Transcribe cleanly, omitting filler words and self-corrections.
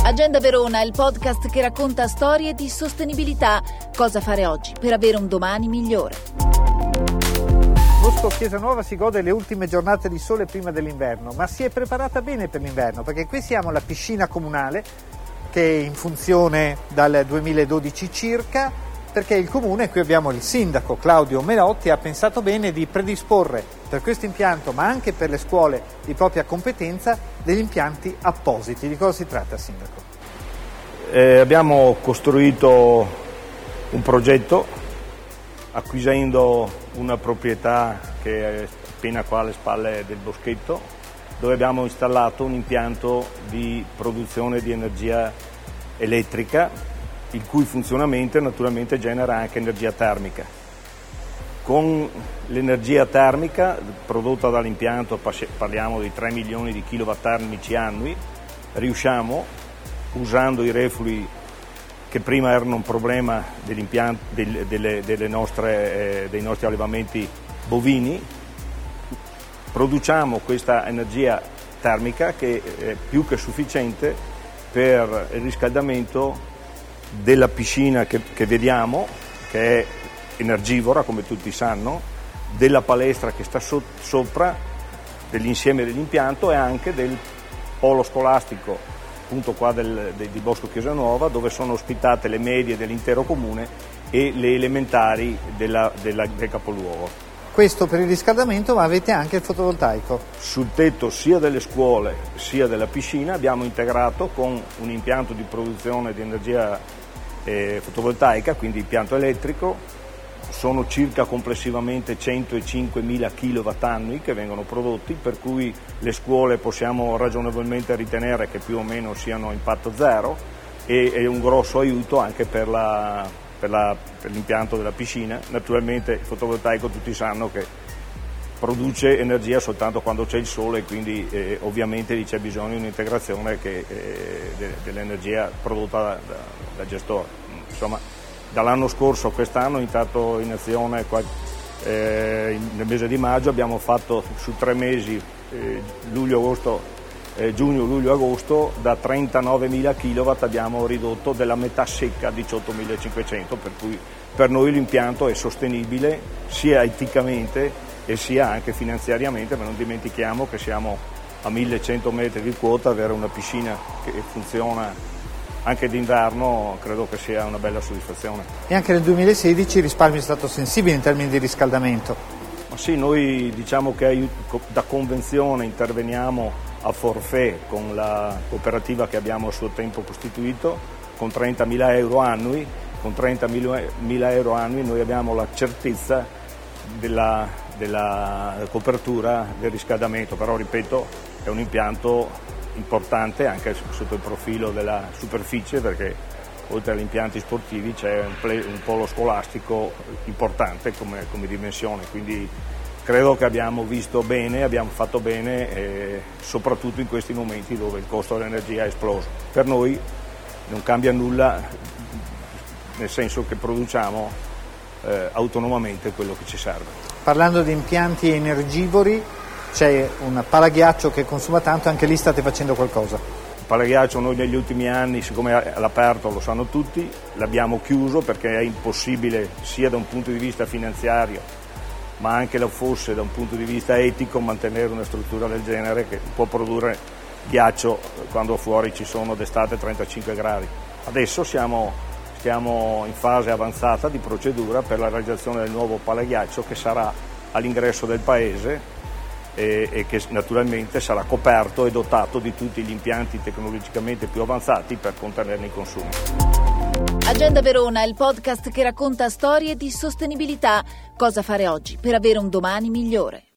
Agenda Verona, il podcast che racconta storie di sostenibilità. Cosa fare oggi per avere un domani migliore. Bosco Chiesa Nuova si gode le ultime giornate di sole prima dell'inverno, ma si è preparata bene per l'inverno, perché qui siamo alla piscina comunale, che è in funzione dal 2012 circa, perché il comune, qui abbiamo il sindaco Claudio Melotti, ha pensato bene di predisporre per questo impianto, ma anche per le scuole di propria competenza, degli impianti appositi. Di cosa si tratta, sindaco? Abbiamo costruito un progetto acquisendo una proprietà che è appena qua alle spalle del boschetto, dove abbiamo installato un impianto di produzione di energia elettrica, il cui funzionamento naturalmente genera anche energia termica. Con l'energia termica prodotta dall'impianto, parliamo di 3 milioni di kilowatt termici annui, riusciamo, usando i reflui che prima erano un problema dei nostri allevamenti bovini, produciamo questa energia termica che è più che sufficiente per il riscaldamento della piscina che vediamo, che è energivora come tutti sanno, della palestra che sta sopra, dell'insieme dell'impianto e anche del polo scolastico, appunto qua di Bosco Chiesa Nuova, dove sono ospitate le medie dell'intero comune e le elementari del capoluogo. Questo per il riscaldamento, ma avete anche il fotovoltaico. Sul tetto sia delle scuole sia della piscina abbiamo integrato con un impianto di produzione di energia fotovoltaica, quindi impianto elettrico. Sono circa complessivamente 105.000 kilowatt annui che vengono prodotti, per cui le scuole possiamo ragionevolmente ritenere che più o meno siano impatto zero, e è un grosso aiuto anche per l'impianto della piscina. Naturalmente il fotovoltaico tutti sanno che produce energia soltanto quando c'è il sole, quindi ovviamente lì c'è bisogno di un'integrazione dell'energia prodotta da gestore. Insomma, dall'anno scorso a quest'anno è entrato in azione nel mese di maggio, abbiamo fatto su 3 mesi, giugno, luglio, agosto, da 39.000 kW abbiamo ridotto della metà secca a 18.500, per cui per noi l'impianto è sostenibile sia eticamente e sia anche finanziariamente, ma non dimentichiamo che siamo a 1.100 metri di quota. Avere una piscina che funziona anche d'inverno credo che sia una bella soddisfazione. E anche nel 2016 il risparmio è stato sensibile in termini di riscaldamento. Ma sì, noi diciamo che da convenzione interveniamo a forfait con la cooperativa che abbiamo a suo tempo costituito, con 30.000 euro annui. Con 30.000 euro annui noi abbiamo la certezza della copertura del riscaldamento, però ripeto, è un impianto importante anche sotto il profilo della superficie, perché oltre agli impianti sportivi c'è un polo scolastico importante come dimensione, quindi credo che abbiamo visto bene, abbiamo fatto bene, soprattutto in questi momenti dove il costo dell'energia è esploso. Per noi non cambia nulla, nel senso che produciamo autonomamente quello che ci serve. Parlando di impianti energivori, c'è un palaghiaccio che consuma tanto, anche lì state facendo qualcosa? Il palaghiaccio noi negli ultimi anni, siccome è all'aperto, lo sanno tutti, l'abbiamo chiuso perché è impossibile sia da un punto di vista finanziario, ma anche lo fosse da un punto di vista etico, mantenere una struttura del genere che può produrre ghiaccio quando fuori ci sono d'estate 35 gradi. Adesso stiamo in fase avanzata di procedura per la realizzazione del nuovo palaghiaccio che sarà all'ingresso del paese e che naturalmente sarà coperto e dotato di tutti gli impianti tecnologicamente più avanzati per contenerne i consumi. Agenda Verona, il podcast che racconta storie di sostenibilità. Cosa fare oggi per avere un domani migliore.